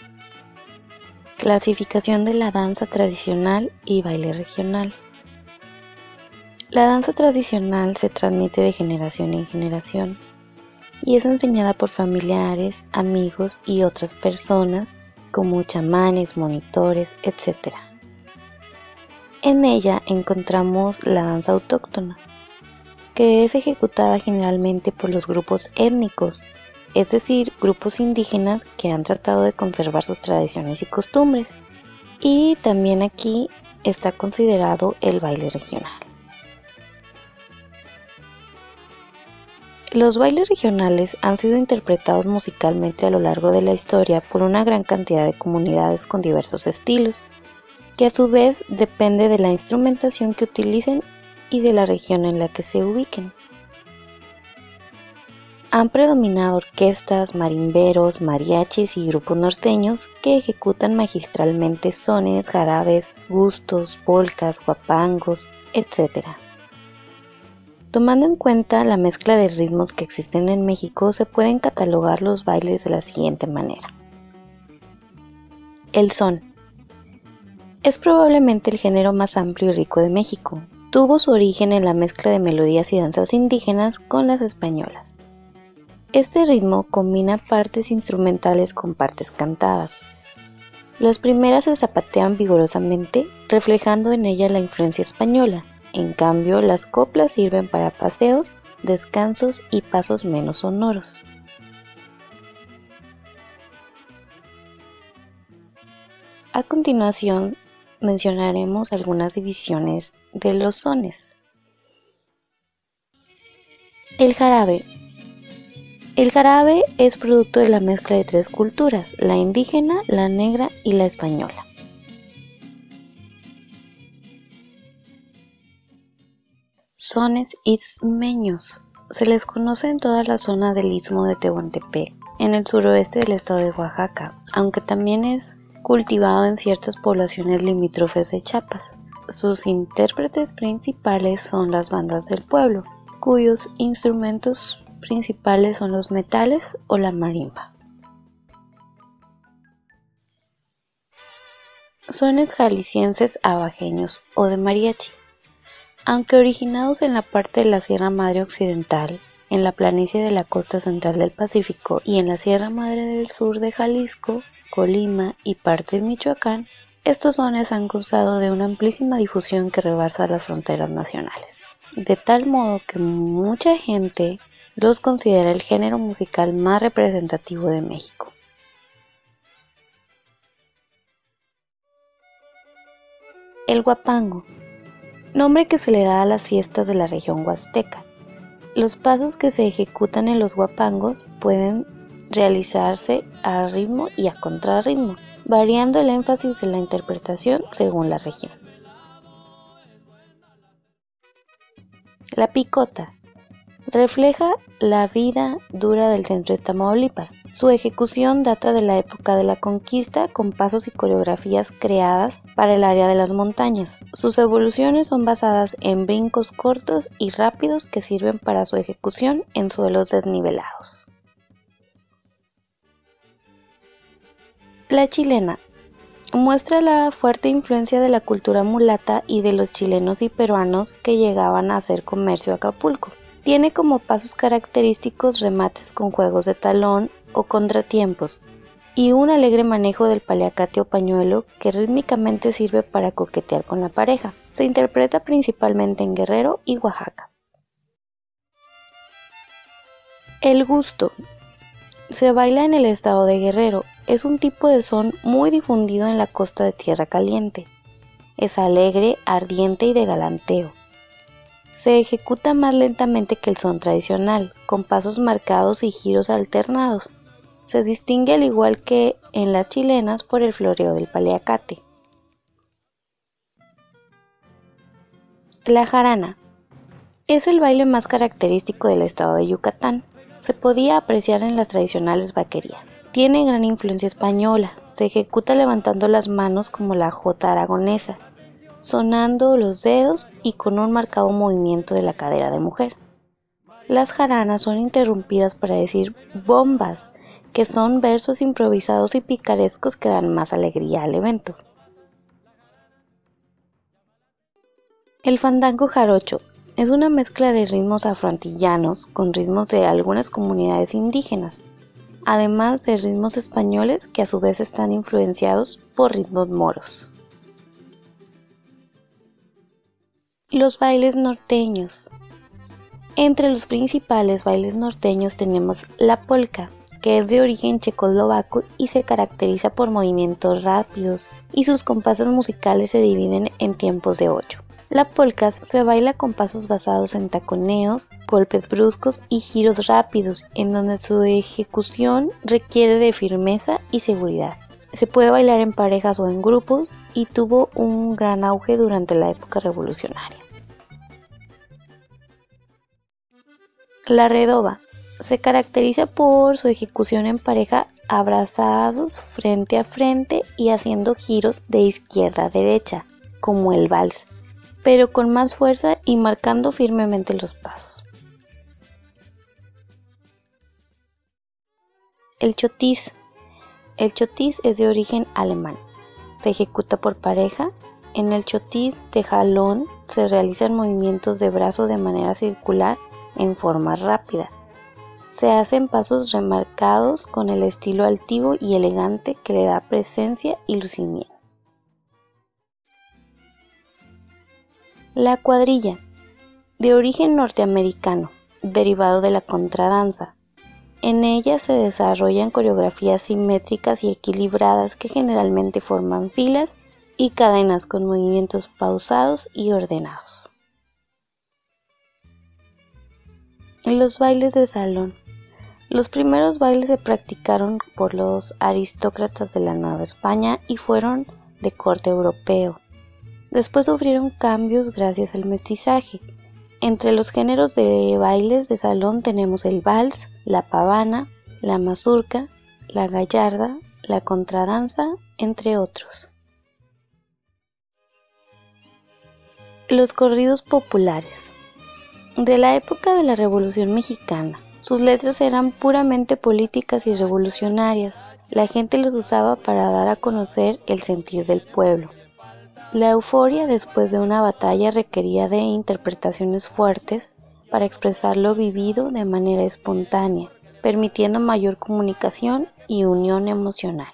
Clasificación de la danza tradicional y baile regional. La danza tradicional se transmite de generación en generación y es enseñada por familiares, amigos y otras personas como chamanes, monitores, etc. En ella encontramos la danza autóctona, que es ejecutada generalmente por los grupos étnicos, es decir, grupos indígenas que han tratado de conservar sus tradiciones y costumbres. Y también aquí está considerado el baile regional. Los bailes regionales han sido interpretados musicalmente a lo largo de la historia por una gran cantidad de comunidades con diversos estilos, que a su vez depende de la instrumentación que utilicen y de la región en la que se ubiquen. Han predominado orquestas, marimberos, mariachis y grupos norteños que ejecutan magistralmente sones, jarabes, gustos, polcas, guapangos, etc. Tomando en cuenta la mezcla de ritmos que existen en México, se pueden catalogar los bailes de la siguiente manera. El son es probablemente el género más amplio y rico de México. Tuvo su origen en la mezcla de melodías y danzas indígenas con las españolas. Este ritmo combina partes instrumentales con partes cantadas. Las primeras se zapatean vigorosamente, reflejando en ella la influencia española. En cambio, las coplas sirven para paseos, descansos y pasos menos sonoros. A continuación, mencionaremos algunas divisiones de los sones. El jarabe. El jarabe es producto de la mezcla de tres culturas, la indígena, la negra y la española. Sones ismeños. Se les conoce en toda la zona del Istmo de Tehuantepec, en el suroeste del estado de Oaxaca, aunque también es cultivado en ciertas poblaciones limítrofes de Chiapas. Sus intérpretes principales son las bandas del pueblo, cuyos instrumentos principales son los metales o la marimba. Sones jaliscienses abajeños o de mariachi. Aunque originados en la parte de la Sierra Madre Occidental, en la planicie de la costa central del Pacífico y en la Sierra Madre del Sur de Jalisco, Colima y parte de Michoacán, estos sones han gozado de una amplísima difusión que rebasa las fronteras nacionales, de tal modo que mucha gente los considera el género musical más representativo de México. El guapango, nombre que se le da a las fiestas de la región huasteca. Los pasos que se ejecutan en los guapangos pueden realizarse a ritmo y a contrarritmo, variando el énfasis de la interpretación según la región. La picota refleja la vida dura del centro de Tamaulipas. Su ejecución data de la época de la conquista, con pasos y coreografías creadas para el área de las montañas. Sus evoluciones son basadas en brincos cortos y rápidos que sirven para su ejecución en suelos desnivelados. La chilena muestra la fuerte influencia de la cultura mulata y de los chilenos y peruanos que llegaban a hacer comercio a Acapulco. Tiene como pasos característicos remates con juegos de talón o contratiempos y un alegre manejo del paliacate o pañuelo que rítmicamente sirve para coquetear con la pareja. Se interpreta principalmente en Guerrero y Oaxaca. El gusto. Se baila en el estado de Guerrero. Es un tipo de son muy difundido en la costa de Tierra Caliente. Es alegre, ardiente y de galanteo. Se ejecuta más lentamente que el son tradicional, con pasos marcados y giros alternados. Se distingue al igual que en las chilenas por el floreo del paliacate. La jarana es el baile más característico del estado de Yucatán. Se podía apreciar en las tradicionales vaquerías. Tiene gran influencia española. Se ejecuta levantando las manos como la jota aragonesa, sonando los dedos y con un marcado movimiento de la cadera de mujer. Las jaranas son interrumpidas para decir bombas, que son versos improvisados y picarescos que dan más alegría al evento. El fandango jarocho es una mezcla de ritmos afroantillanos con ritmos de algunas comunidades indígenas, además de ritmos españoles que a su vez están influenciados por ritmos moros. Los bailes norteños. Entre los principales bailes norteños tenemos la polka, que es de origen checoslovaco y se caracteriza por movimientos rápidos y sus compases musicales se dividen en tiempos de 8. La polka se baila con pasos basados en taconeos, golpes bruscos y giros rápidos, en donde su ejecución requiere de firmeza y seguridad. Se puede bailar en parejas o en grupos y tuvo un gran auge durante la época revolucionaria. La redowa se caracteriza por su ejecución en pareja, abrazados frente a frente y haciendo giros de izquierda a derecha, como el vals, pero con más fuerza y marcando firmemente los pasos. El chotis. El chotis es de origen alemán. Se ejecuta por pareja. En el chotis de jalón se realizan movimientos de brazo de manera circular en forma rápida. Se hacen pasos remarcados con el estilo altivo y elegante que le da presencia y lucimiento. La cuadrilla, de origen norteamericano, derivado de la contradanza. En ella se desarrollan coreografías simétricas y equilibradas que generalmente forman filas y cadenas con movimientos pausados y ordenados. En los bailes de salón. Los primeros bailes se practicaron por los aristócratas de la Nueva España y fueron de corte europeo. Después sufrieron cambios gracias al mestizaje. Entre los géneros de bailes de salón tenemos el vals, la pavana, la mazurca, la gallarda, la contradanza, entre otros. Los corridos populares. De la época de la Revolución Mexicana, sus letras eran puramente políticas y revolucionarias. La gente los usaba para dar a conocer el sentir del pueblo. La euforia después de una batalla requería de interpretaciones fuertes para expresar lo vivido de manera espontánea, permitiendo mayor comunicación y unión emocional.